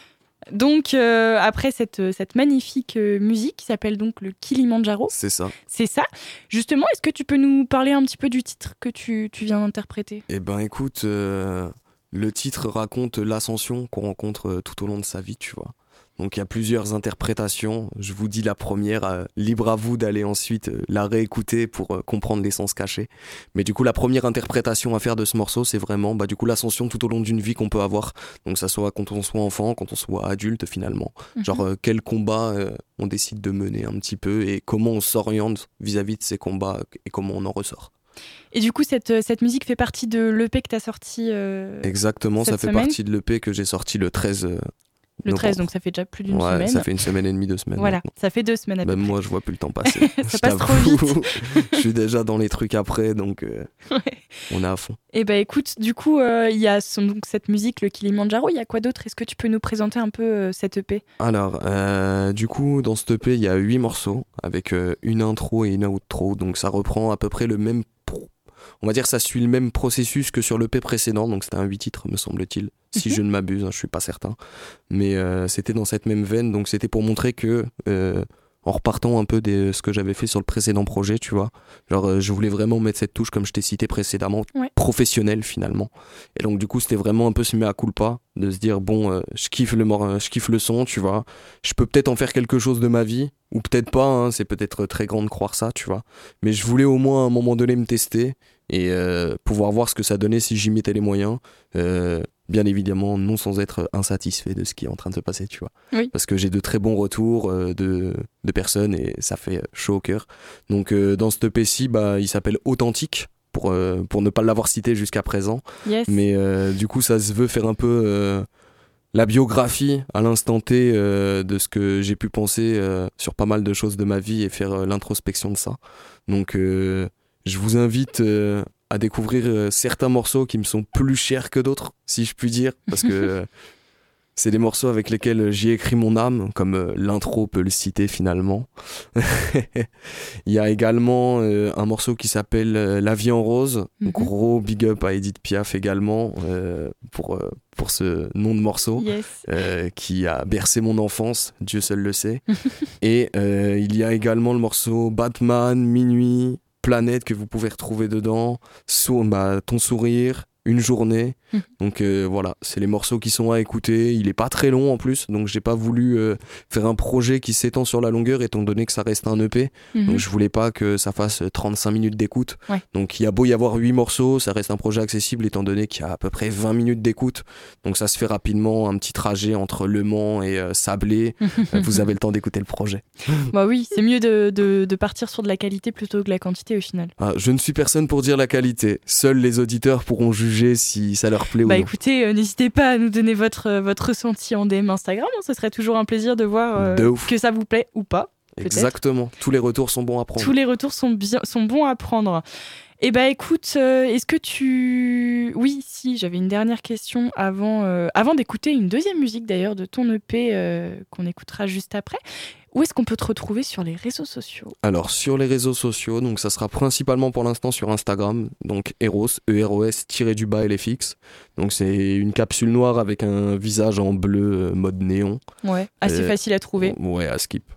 Donc, euh, après cette, cette magnifique euh, musique qui s'appelle donc le Kilimandjaro. C'est ça. C'est ça. Justement, est-ce que tu peux nous parler un petit peu du titre que tu, tu viens d'interpréter ? Eh ben écoute, euh, le titre raconte l'ascension qu'on rencontre euh, tout au long de sa vie, tu vois. Donc il y a plusieurs interprétations. Je vous dis la première, euh, libre à vous d'aller ensuite euh, la réécouter pour euh, comprendre l'essence cachée. Mais du coup, la première interprétation à faire de ce morceau, c'est vraiment bah, du coup, l'ascension tout au long d'une vie qu'on peut avoir. Donc ça soit quand on soit enfant, quand on soit adulte finalement. Mhm. Genre euh, quel combat euh, on décide de mener un petit peu et comment on s'oriente vis-à-vis de ces combats et comment on en ressort. Et du coup, cette, cette musique fait partie de l'E P que tu as sorti euh, Exactement, cette ça fait semaine partie de l'E P que j'ai sorti le treize euh, Le treize, novembre. donc ça fait déjà plus d'une Ouais, semaine. ça fait une semaine et demie, deux semaines. Voilà, maintenant. ça fait deux semaines à peu Même près. moi, je vois plus le temps passer. Ça Je passe trop t'avoue. vite. Je suis déjà dans les trucs après, donc euh, Ouais. on est à fond. Et bah écoute, du coup, euh, il y a son- donc cette musique, le Kilimandjaro. Il y a quoi d'autre ? Est-ce que tu peux nous présenter un peu euh, cette E P ? Alors, euh, du coup, dans cette E P, il y a huit morceaux avec euh, une intro et une outro. Donc, ça reprend à peu près le même. Pro... On va dire ça suit le même processus que sur l'E P précédent. Donc, c'était un huit titres, me semble-t-il. Si Mhm. je ne m'abuse, hein, je suis pas certain. Mais euh, c'était dans cette même veine. Donc, c'était pour montrer que. Euh, en repartant un peu de ce que j'avais fait sur le précédent projet, tu vois. Genre, euh, je voulais vraiment mettre cette touche, comme je t'ai cité précédemment, Ouais. professionnelle finalement. Et donc, du coup, c'était vraiment un peu ce mea culpa, de se dire, bon, euh, je kiffe le mor- euh, je kiffe le son, tu vois. Je peux peut-être en faire quelque chose de ma vie, ou peut-être pas, hein, c'est peut-être très grand de croire ça, tu vois. Mais je voulais au moins à un moment donné me tester et euh, pouvoir voir ce que ça donnait si j'y mettais les moyens. Euh, bien évidemment, non sans être insatisfait de ce qui est en train de se passer, tu vois. Oui. Parce que j'ai de très bons retours euh, de, de personnes et ça fait chaud au cœur. Donc euh, dans ce E P-ci, bah, il s'appelle Authentique, pour, euh, pour ne pas l'avoir cité jusqu'à présent. Yes. Mais euh, du coup, ça se veut faire un peu euh, la biographie à l'instant T euh, de ce que j'ai pu penser euh, sur pas mal de choses de ma vie et faire euh, l'introspection de ça. Donc euh, je vous invite euh, à découvrir euh, certains morceaux qui me sont plus chers que d'autres, si je puis dire, parce que euh, c'est des morceaux avec lesquels j'ai écrit mon âme, comme euh, l'intro peut le citer finalement. Il y a également euh, un morceau qui s'appelle euh, La vie en rose. Mhm. Gros big up à Edith Piaf également euh, pour, euh, pour ce nom de morceau. Yes. Euh, qui a bercé mon enfance, Dieu seul le sait. Et euh, il y a également le morceau Batman, Minuit, Planète que vous pouvez retrouver dedans, Sou- bah, Ton sourire, Une journée. Mm. Donc euh, voilà, c'est les morceaux qui sont à écouter. Il est pas très long en plus, donc j'ai pas voulu euh, faire un projet qui s'étend sur la longueur étant donné que ça reste un E P. Mhm. Donc je voulais pas que ça fasse trente-cinq minutes d'écoute. Ouais. Donc il y a beau y avoir huit morceaux, ça reste un projet accessible étant donné qu'il y a à peu près vingt minutes d'écoute. Donc ça se fait rapidement, un petit trajet entre Le Mans et euh, Sablé. Euh, vous avez le temps d'écouter le projet. Bah oui, c'est mieux de, de, de partir sur de la qualité plutôt que de la quantité au final. Ah, je ne suis personne pour dire la qualité. Seuls les auditeurs pourront juger si ça leur plaît Bah ou non. écoutez, euh, n'hésitez pas à nous donner votre, euh, votre ressenti en D M Instagram. hein. Ce serait toujours un plaisir de voir euh, De ouf. que ça vous plaît ou pas. peut-être. Exactement. Tous les retours sont bons à prendre. Tous les retours sont, bien, sont bons à prendre. Eh bah écoute, euh, est-ce que tu... Oui, si, j'avais une dernière question avant, euh, avant d'écouter une deuxième musique d'ailleurs de ton E P euh, qu'on écoutera juste après. Où est-ce qu'on peut te retrouver sur les réseaux sociaux ? Alors sur les réseaux sociaux, donc ça sera principalement pour l'instant sur Instagram, donc Eros, E R O S tiré du bas L F X. Donc c'est une capsule noire avec un visage en bleu euh, mode néon. Ouais, assez Euh, facile à trouver. Ouais, à skip.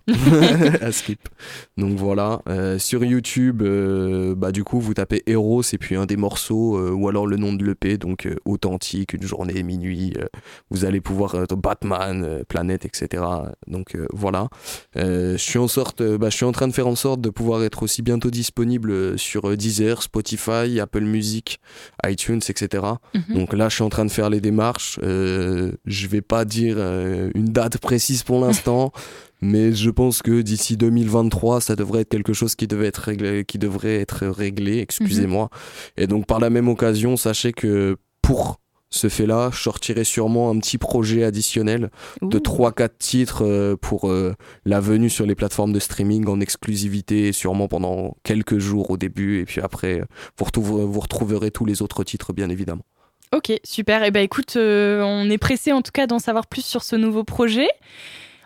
à skip. Donc voilà. Euh, sur YouTube, euh, bah du coup vous tapez Eros et puis un des morceaux euh, ou alors le nom de l'E P, donc euh, Authentique, Une journée, Minuit. euh, vous allez pouvoir euh, Batman, euh, Planète, et cetera. Donc euh, voilà. Euh, je suis en sorte, euh, bah, je suis en train de faire en sorte de pouvoir être aussi bientôt disponible euh, sur euh, Deezer, Spotify, Apple Music, iTunes, et cetera. Mhm. Donc là, je suis en train de faire les démarches. Euh, je vais pas dire euh, une date précise pour l'instant, mais je pense que d'ici deux mille vingt-trois, ça devrait être quelque chose qui devait être réglé, qui devrait être réglé. Excusez-moi. Et donc par la même occasion, sachez que pour ce fait-là, je sortirai sûrement un petit projet additionnel de Ouh. trois quatre titres euh, pour euh, la venue sur les plateformes de streaming en exclusivité, sûrement pendant quelques jours au début, et puis après, vous retrouverez, vous retrouverez tous les autres titres, bien évidemment. Ok, super. Et bah écoute, euh, on est pressé en tout cas d'en savoir plus sur ce nouveau projet.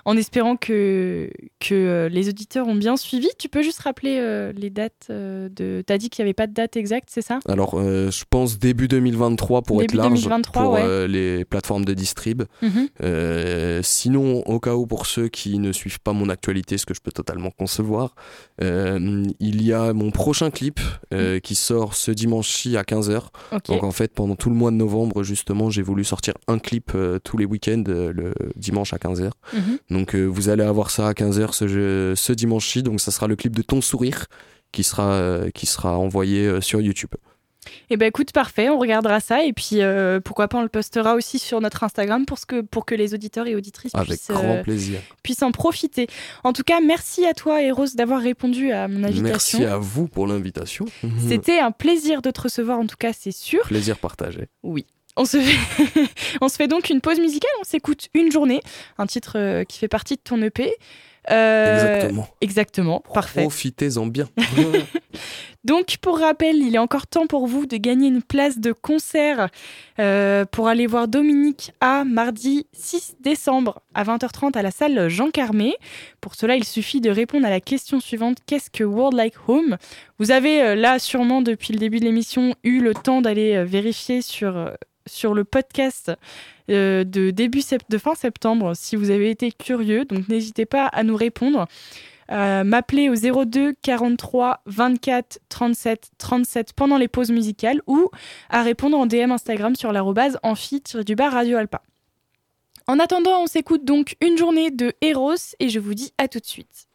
en espérant que, que euh, les auditeurs ont bien suivi. Tu peux juste rappeler euh, les dates euh, de... T'as dit qu'il n'y avait pas de date exacte, c'est ça ? Alors, euh, je pense début deux mille vingt-trois pour début être large, deux mille vingt-trois, pour ouais. euh, les plateformes de distrib. Mm-hmm. Euh, sinon, au cas où, pour ceux qui ne suivent pas mon actualité, ce que je peux totalement concevoir, euh, il y a mon prochain clip euh, mm. qui sort ce dimanche-ci à quinze heures. Okay. Donc en fait, pendant tout le mois de novembre, justement, j'ai voulu sortir un clip euh, tous les week-ends, euh, le dimanche à quinze heures. Mm-hmm. Donc euh, vous allez avoir ça à quinze heures ce, jeu, ce dimanche-ci. Donc ça sera le clip de Ton Sourire qui sera, euh, qui sera envoyé euh, sur YouTube. Eh ben écoute, parfait, on regardera ça et puis euh, pourquoi pas on le postera aussi sur notre Instagram pour que, pour que les auditeurs et auditrices Avec puissent, grand euh, plaisir. puissent en profiter. En tout cas, merci à toi Eros d'avoir répondu à mon invitation. Merci à vous pour l'invitation. C'était un plaisir de te recevoir, en tout cas, c'est sûr. Plaisir partagé. Oui. On se, fait on se fait donc une pause musicale, on s'écoute Une journée, un titre euh, qui fait partie de ton E P. Euh, exactement. Exactement, parfait. Profitez-en bien. Donc, pour rappel, il est encore temps pour vous de gagner une place de concert euh, pour aller voir Dominique A mardi six décembre à vingt heures trente à la salle Jean Carmé. Pour cela, il suffit de répondre à la question suivante. Qu'est-ce que World Like Home ? Vous avez euh, là, sûrement, depuis le début de l'émission, eu le temps d'aller euh, vérifier sur... Euh, sur le podcast euh, de début sept- de fin septembre si vous avez été curieux, donc n'hésitez pas à nous répondre. Euh, m'appeler au zéro deux quarante-trois vingt-quatre trente-sept trente-sept pendant les pauses musicales ou à répondre en D M Instagram sur l'arobase amphi-du-bas Radio Alpa. En attendant, on s'écoute donc Une journée de Eros et je vous dis à tout de suite.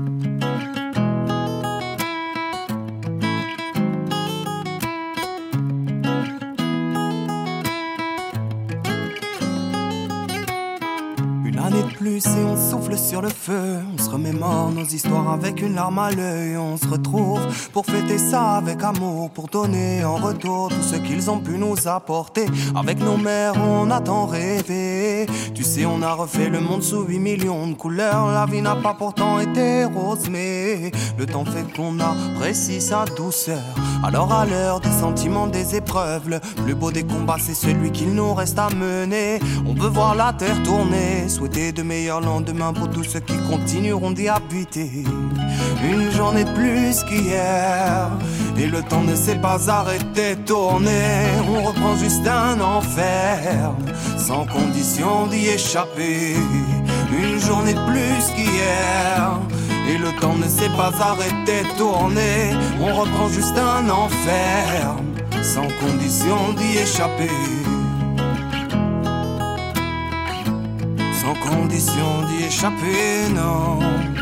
Année de plus et on souffle sur le feu. On se remémore nos histoires avec une larme à l'œil. On se retrouve pour fêter ça avec amour, pour donner en retour tout ce qu'ils ont pu nous apporter. Avec nos mères on a tant rêvé. Tu sais on a refait le monde sous huit millions de couleurs. La vie n'a pas pourtant été rose, mais le temps fait qu'on apprécie sa douceur. Alors à l'heure des sentiments, des épreuves, le plus beau des combats c'est celui qu'il nous reste à mener. On veut voir la terre tourner, souhaiter de meilleurs lendemains pour tous ceux qui continueront d'y habiter. Une journée de plus qu'hier et le temps ne s'est pas arrêté de tourner. On reprend juste un enfer sans condition d'y échapper. Une journée de plus qu'hier et le temps ne s'est pas arrêté de tourner. On reprend juste un enfer sans condition d'y échapper. Sans condition d'y échapper, non.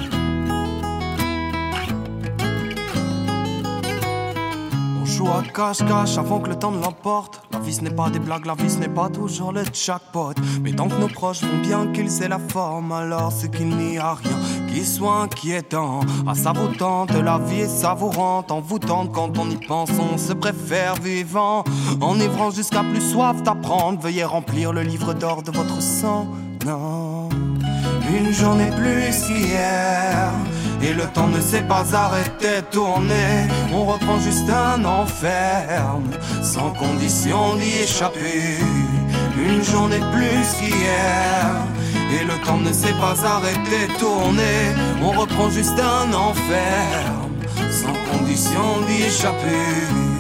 On joue à cache-cache avant que le temps ne l'emporte. La vie ce n'est pas des blagues, la vie ce n'est pas toujours le jackpot. Mais tant que nos proches vont bien, qu'ils aient la forme, alors c'est qu'il n'y a rien qui soit inquiétant. À savourante, la vie est savourante, envoûtante. Quand on y pense, on se préfère vivant. Enivrant jusqu'à plus soif d'apprendre. Veuillez remplir le livre d'or de votre sang. Non, une journée plus qu'hier et le temps ne s'est pas arrêté de tourner. On reprend juste un enfer sans condition d'y échapper. Une journée plus qu'hier et le temps ne s'est pas arrêté de tourner. On reprend juste un enfer sans condition d'y échapper.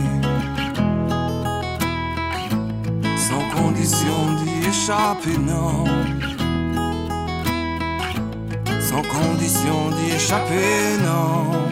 Sans condition d'y échapper, non. Sans condition d'y échapper, non.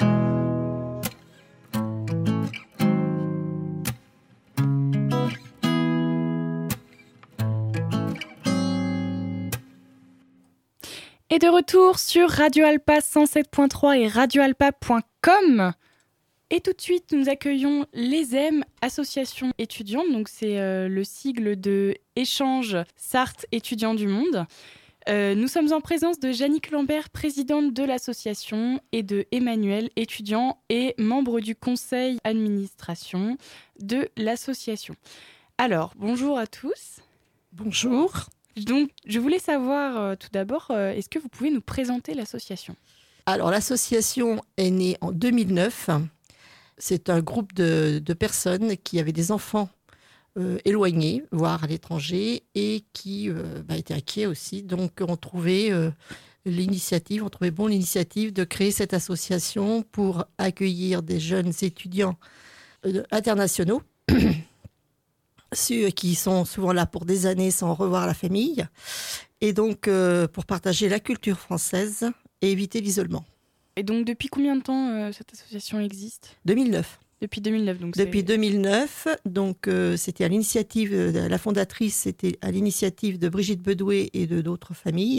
Et de retour sur Radio Alpa cent sept point trois et radio alpa point com. Et tout de suite, nous accueillons l'E S E M, Association étudiante. Donc c'est euh, le sigle de Échange Sarthe étudiants du monde. Euh, nous sommes en présence de Jannick Lambert, présidente de l'association, et de Emmanuel, étudiant et membre du conseil administration de l'association. Alors, bonjour à tous. Bonjour. Donc, je voulais savoir euh, tout d'abord, euh, est-ce que vous pouvez nous présenter l'association ? Alors, l'association est née en deux mille neuf. C'est un groupe de, de personnes qui avaient des enfants euh, éloignés, voire à l'étranger, et qui euh, bah, étaient inquiets aussi. Donc, on trouvait euh, l'initiative, on trouvait bon l'initiative de créer cette association pour accueillir des jeunes étudiants euh, internationaux, ceux qui sont souvent là pour des années sans revoir la famille, et donc euh, pour partager la culture française et éviter l'isolement. Et donc, depuis combien de temps euh, cette association existe ? deux mille neuf. Depuis deux mille neuf, donc Depuis c'est... deux mille neuf, donc euh, c'était à l'initiative, euh, la fondatrice, c'était à l'initiative de Brigitte Bedoué et de d'autres familles,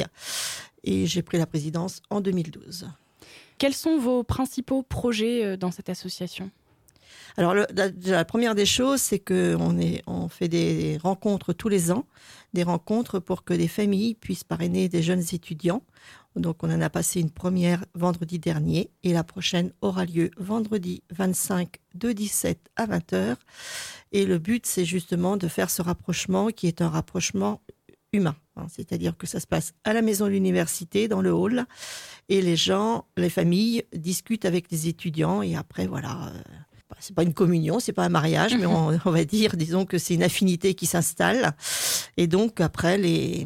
et j'ai pris la présidence en deux mille douze. Quels sont vos principaux projets euh, dans cette association ? Alors, le, la, la première des choses, c'est qu'on est, on fait des rencontres tous les ans, des rencontres pour que des familles puissent parrainer des jeunes étudiants. Donc, on en a passé une première vendredi dernier et la prochaine aura lieu vendredi vingt-cinq de dix-sept à vingt heures. Et le but, c'est justement de faire ce rapprochement qui est un rapprochement humain. Hein, c'est-à-dire que ça se passe à la maison de l'université, dans le hall, et les gens, les familles discutent avec les étudiants et après, voilà... Euh, c'est pas une communion, c'est pas un mariage, mais on, on va dire, disons que c'est une affinité qui s'installe. Et donc, après, les,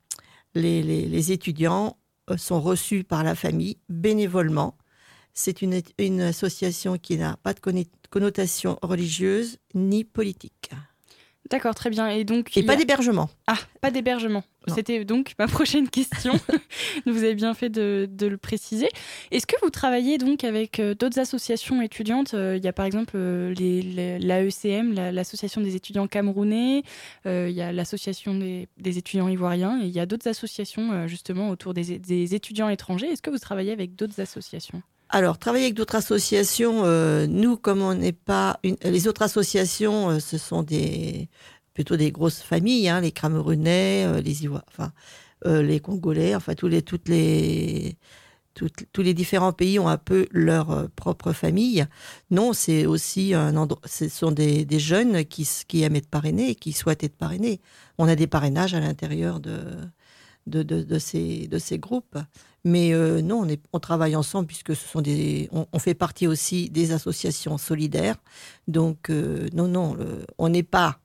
les, les, les étudiants sont reçus par la famille bénévolement. C'est une, une association qui n'a pas de connotation religieuse ni politique. D'accord, très bien. Et donc, Et il pas y a... d'hébergement. Ah, pas d'hébergement. Non. C'était donc ma prochaine question. Vous avez bien fait de, de le préciser. Est-ce que vous travaillez donc avec euh, d'autres associations étudiantes ? euh, Il y a par exemple euh, les, les, l'A E C M, la, l'association des étudiants camerounais, euh, il y a l'association des, des étudiants ivoiriens, et il y a d'autres associations euh, justement autour des, des étudiants étrangers. Est-ce que vous travaillez avec d'autres associations ? Alors, travailler avec d'autres associations, euh, nous, comme on n'est pas... Une... Les autres associations, euh, ce sont des... plutôt des grosses familles, hein, les Camerounais, euh, les Ivoiriens, enfin, euh, les Congolais, enfin, tous les, toutes les... Toutes, tous les différents pays ont un peu leur euh, propre famille. Non, c'est aussi un endroit... Ce sont des, des jeunes qui, qui aiment être parrainés, qui souhaitent être parrainés. On a des parrainages à l'intérieur de... De, de, de, ces, de ces groupes. Mais euh, non, on, est, on travaille ensemble puisque ce sont des, on, on fait partie aussi des associations solidaires. Donc, euh, non, non, le, on n'est pas...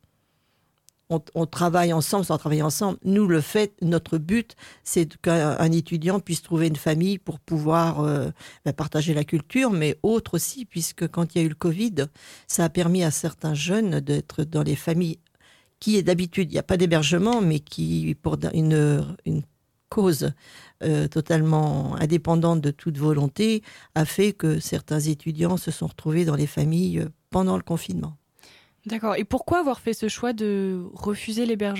On, on travaille ensemble sans travailler ensemble. Nous, le fait, notre but, c'est qu'un un étudiant puisse trouver une famille pour pouvoir euh, ben, partager la culture, mais autre aussi, puisque quand il y a eu le Covid, ça a permis à certains jeunes d'être dans les familles qui est d'habitude, il n'y a pas d'hébergement, mais qui, pour une, une cause euh, totalement indépendante de toute volonté, a fait que certains étudiants se sont retrouvés dans les familles pendant le confinement. D'accord. Et pourquoi avoir fait ce choix de refuser l'hébergement ?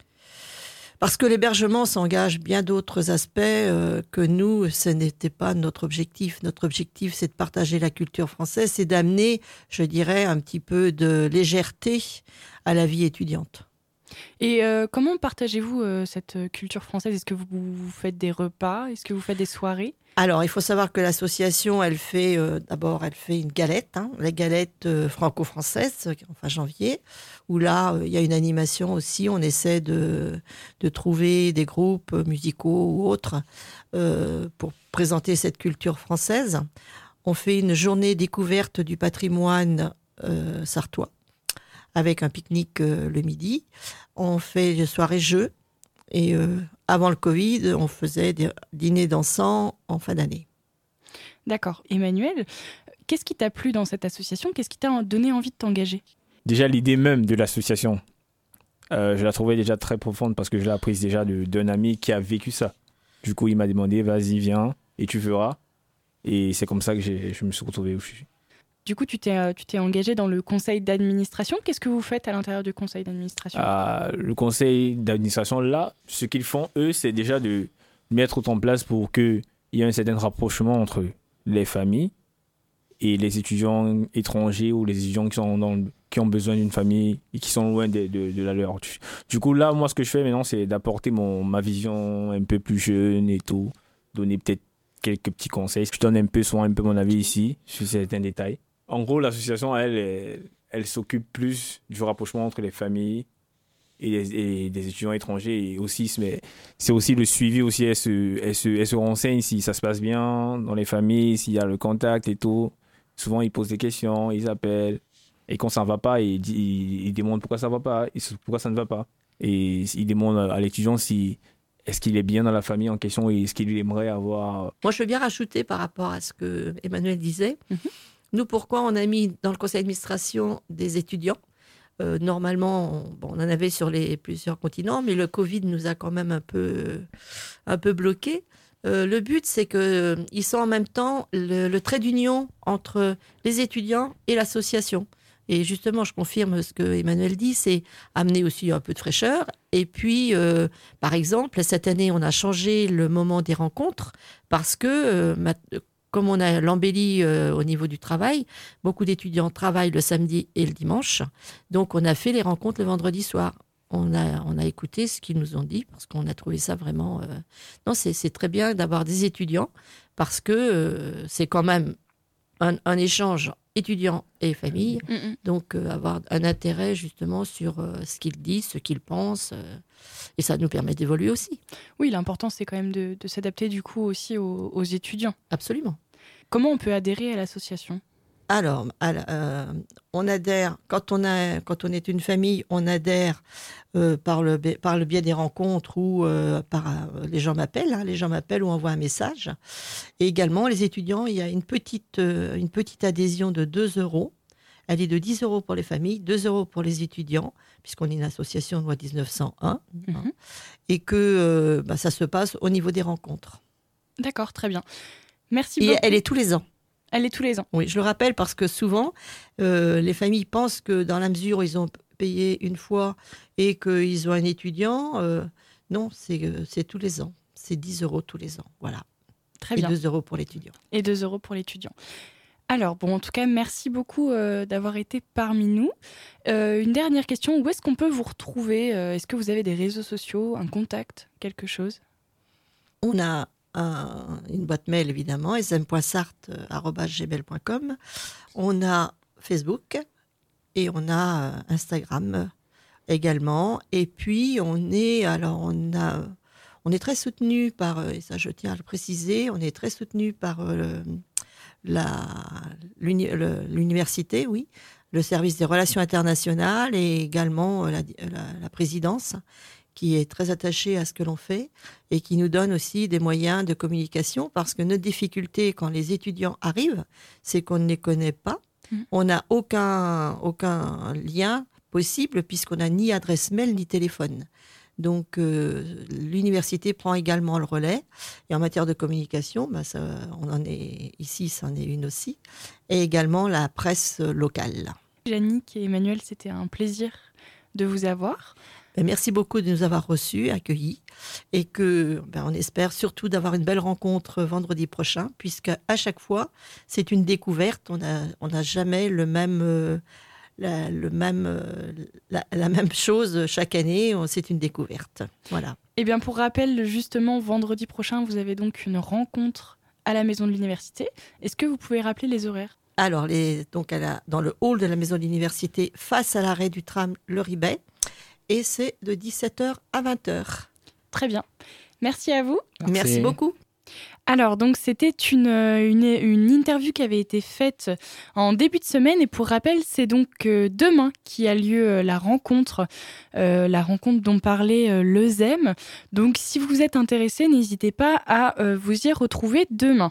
Parce que l'hébergement s'engage bien d'autres aspects euh, que nous, ce n'était pas notre objectif. Notre objectif, c'est de partager la culture française, c'est d'amener, je dirais, un petit peu de légèreté à la vie étudiante. Et euh, comment partagez-vous euh, cette culture française ? Est-ce que vous, vous faites des repas ? Est-ce que vous faites des soirées ? Alors, il faut savoir que l'association, elle fait euh, d'abord, elle fait une galette, hein, la galette euh, franco-française, enfin janvier, où là, euh, il y a une animation aussi. On essaie de, de trouver des groupes musicaux ou autres euh, pour présenter cette culture française. On fait une journée découverte du patrimoine euh, sartois, avec un pique-nique euh, le midi. On fait des soirées-jeux. Et euh, avant le Covid, on faisait des dîners dansants en fin d'année. D'accord. Emmanuel, qu'est-ce qui t'a plu dans cette association ? Qu'est-ce qui t'a donné envie de t'engager ? Déjà, l'idée même de l'association, euh, je la trouvais déjà très profonde parce que je l'ai apprise déjà de, d'un ami qui a vécu ça. Du coup, il m'a demandé, vas-y, viens, et tu feras. Et c'est comme ça que j'ai, je me suis retrouvé où je suis. Du coup, tu t'es, tu t'es engagé dans le conseil d'administration. Qu'est-ce que vous faites à l'intérieur du conseil d'administration ? euh, Le conseil d'administration, là, ce qu'ils font, eux, c'est déjà de mettre tout en place pour qu'il y ait un certain rapprochement entre les familles et les étudiants étrangers ou les étudiants qui, sont dans, qui ont besoin d'une famille et qui sont loin de, de, de la leur. Du coup, là, moi, ce que je fais maintenant, c'est d'apporter mon, ma vision un peu plus jeune et tout, donner peut-être quelques petits conseils. Je donne un peu, souvent un peu mon avis ici sur certains détails. En gros, l'association, elle, elle, elle s'occupe plus du rapprochement entre les familles et des, et des étudiants étrangers. Et aussi, mais c'est aussi le suivi. Aussi, elle se, elle, se, elle se renseigne si ça se passe bien dans les familles, s'il y a le contact et tout. Souvent, ils posent des questions, ils appellent. Et quand ça ne va pas, il, dit, il, il demande pourquoi ça ne va pas, pourquoi ça ne va pas. Et il demande à l'étudiant si, est-ce qu'il est bien dans la famille en question et est-ce qu'il aimerait avoir... Moi, je veux bien rajouter par rapport à ce que Emmanuel disait. Mhm. Nous, pourquoi on a mis dans le conseil d'administration des étudiants ? Euh, normalement, on, bon, on en avait sur les plusieurs continents, mais le Covid nous a quand même un peu, un peu bloqués. Euh, le but, c'est qu'ils euh, sont en même temps le, le trait d'union entre les étudiants et l'association. Et justement, je confirme ce que Emmanuel dit, c'est amener aussi un peu de fraîcheur. Et puis, euh, par exemple, cette année, on a changé le moment des rencontres parce que, euh, ma, comme on a l'embellie euh, au niveau du travail, beaucoup d'étudiants travaillent le samedi et le dimanche. Donc, on a fait les rencontres le vendredi soir. On a, on a écouté ce qu'ils nous ont dit parce qu'on a trouvé ça vraiment... Euh... Non, c'est, c'est très bien d'avoir des étudiants parce que euh, c'est quand même un, un échange étudiants et famille, mm-hmm. donc euh, avoir un intérêt justement sur euh, ce qu'ils disent, ce qu'ils pensent, euh, et ça nous permet d'évoluer aussi. Oui, l'important c'est quand même de, de s'adapter du coup aussi aux, aux étudiants. Absolument. Comment on peut adhérer à l'association ? Alors, euh, on adhère, quand on, a, quand on est une famille, on adhère euh, par, le, par le biais des rencontres ou euh, par, euh, les gens m'appellent, hein, les gens m'appellent ou envoient un message. Et également, les étudiants, il y a une petite, euh, une petite adhésion de deux euros. Elle est de dix euros pour les familles, deux euros pour les étudiants, puisqu'on est une association loi dix-neuf cent un, mm-hmm. hein, et que euh, bah, ça se passe au niveau des rencontres. D'accord, très bien. Merci et beaucoup. Elle est tous les ans. Elle est tous les ans. Oui, je le rappelle parce que souvent, euh, les familles pensent que dans la mesure où ils ont payé une fois et qu'ils ont un étudiant, euh, non, c'est, euh, c'est tous les ans. C'est dix euros tous les ans, voilà. Très et bien. deux euros pour l'étudiant. Et deux euros pour l'étudiant. Alors, bon, en tout cas, merci beaucoup euh, d'avoir été parmi nous. Euh, une dernière question, où est-ce qu'on peut vous retrouver ? Est-ce que vous avez des réseaux sociaux, un contact, quelque chose ? On a un, une boîte mail, évidemment, s m point sart arobase gmail point com. On a Facebook et on a euh, Instagram euh, également. Et puis, on est, alors, on a... On est très soutenu par, et ça je tiens à le préciser, on est très soutenu par euh, la, l'uni, le, l'université, oui, le service des relations internationales et également la, la, la présidence qui est très attachée à ce que l'on fait et qui nous donne aussi des moyens de communication parce que notre difficulté quand les étudiants arrivent, c'est qu'on ne les connaît pas. Mmh. On n'a aucun, aucun lien possible puisqu'on n'a ni adresse mail ni téléphone. Donc, euh, l'université prend également le relais. Et en matière de communication, bah, ça, on en est ici, ça en est une aussi. Et également la presse locale. Yannick et Emmanuel, c'était un plaisir de vous avoir. Et merci beaucoup de nous avoir reçus, accueillis. Et que, ben, on espère surtout d'avoir une belle rencontre vendredi prochain, puisque à chaque fois, c'est une découverte. On n'a on n'a jamais le même... Euh, La, le même, la, la même chose chaque année, c'est une découverte. Voilà. Et bien pour rappel, justement, vendredi prochain, vous avez donc une rencontre à la maison de l'université. Est-ce que vous pouvez rappeler les horaires ? Alors, les, donc à la, dans le hall de la maison de l'université, face à l'arrêt du tram Le Ribet, et c'est de dix-sept heures à vingt heures. Très bien. Merci à vous. Merci, Merci beaucoup. Alors, donc, c'était une, une, une interview qui avait été faite en début de semaine. Et pour rappel, c'est donc euh, demain qui a lieu euh, la rencontre, euh, la rencontre dont parlait euh, le Z E M. Donc, si vous êtes intéressé, n'hésitez pas à euh, vous y retrouver demain.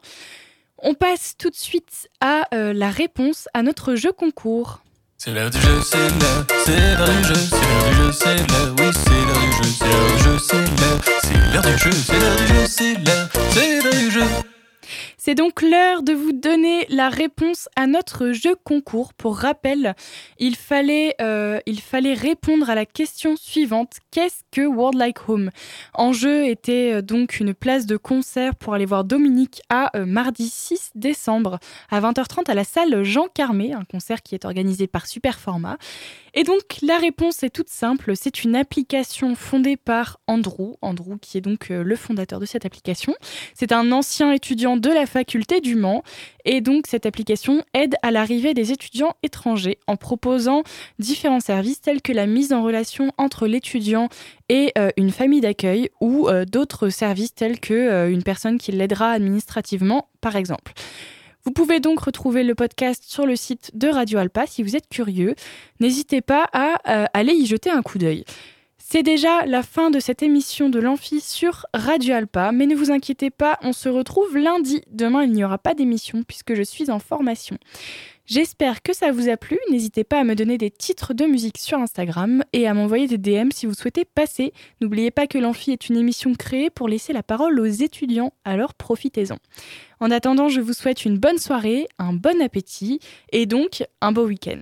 On passe tout de suite à euh, la réponse à notre jeu concours. C'est l'heure du jeu, c'est l'heure, c'est l'heure du jeu, c'est l'heure du jeu, c'est l'heure, oui, c'est l'heure du jeu, c'est l'heure du jeu, c'est l'heure, c'est l'heure du jeu, c'est l'heure du jeu, c'est l'heure, c'est l'heure du jeu. C'est donc l'heure de vous donner la réponse à notre jeu concours. Pour rappel, il fallait, euh, il fallait répondre à la question suivante. Qu'est-ce que World Like Home ? En jeu était euh, donc une place de concert pour aller voir Dominique A euh, mardi six décembre à vingt heures trente à la salle Jean Carmé, un concert qui est organisé par Superformat. Et donc la réponse est toute simple, c'est une application fondée par Andrew, Andrew qui est donc euh, le fondateur de cette application. C'est un ancien étudiant de la faculté du Mans et donc cette application aide à l'arrivée des étudiants étrangers en proposant différents services tels que la mise en relation entre l'étudiant et euh, une famille d'accueil ou euh, d'autres services tels que euh, une personne qui l'aidera administrativement par exemple. Vous pouvez donc retrouver le podcast sur le site de Radio Alpa si vous êtes curieux. N'hésitez pas à euh, aller y jeter un coup d'œil. C'est déjà la fin de cette émission de l'Amphi sur Radio Alpa, mais ne vous inquiétez pas, on se retrouve lundi. Demain, il n'y aura pas d'émission puisque je suis en formation. J'espère que ça vous a plu. N'hésitez pas à me donner des titres de musique sur Instagram et à m'envoyer des D M si vous souhaitez passer. N'oubliez pas que l'Amphi est une émission créée pour laisser la parole aux étudiants, alors profitez-en. En attendant, je vous souhaite une bonne soirée, un bon appétit et donc un beau week-end.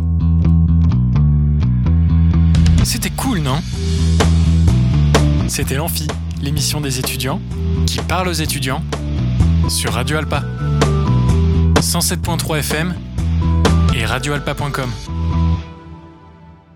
C'était cool, non ? C'était l'Amphi, l'émission des étudiants qui parle aux étudiants sur Radio Alpa. cent sept virgule trois F M et radio alpa point com.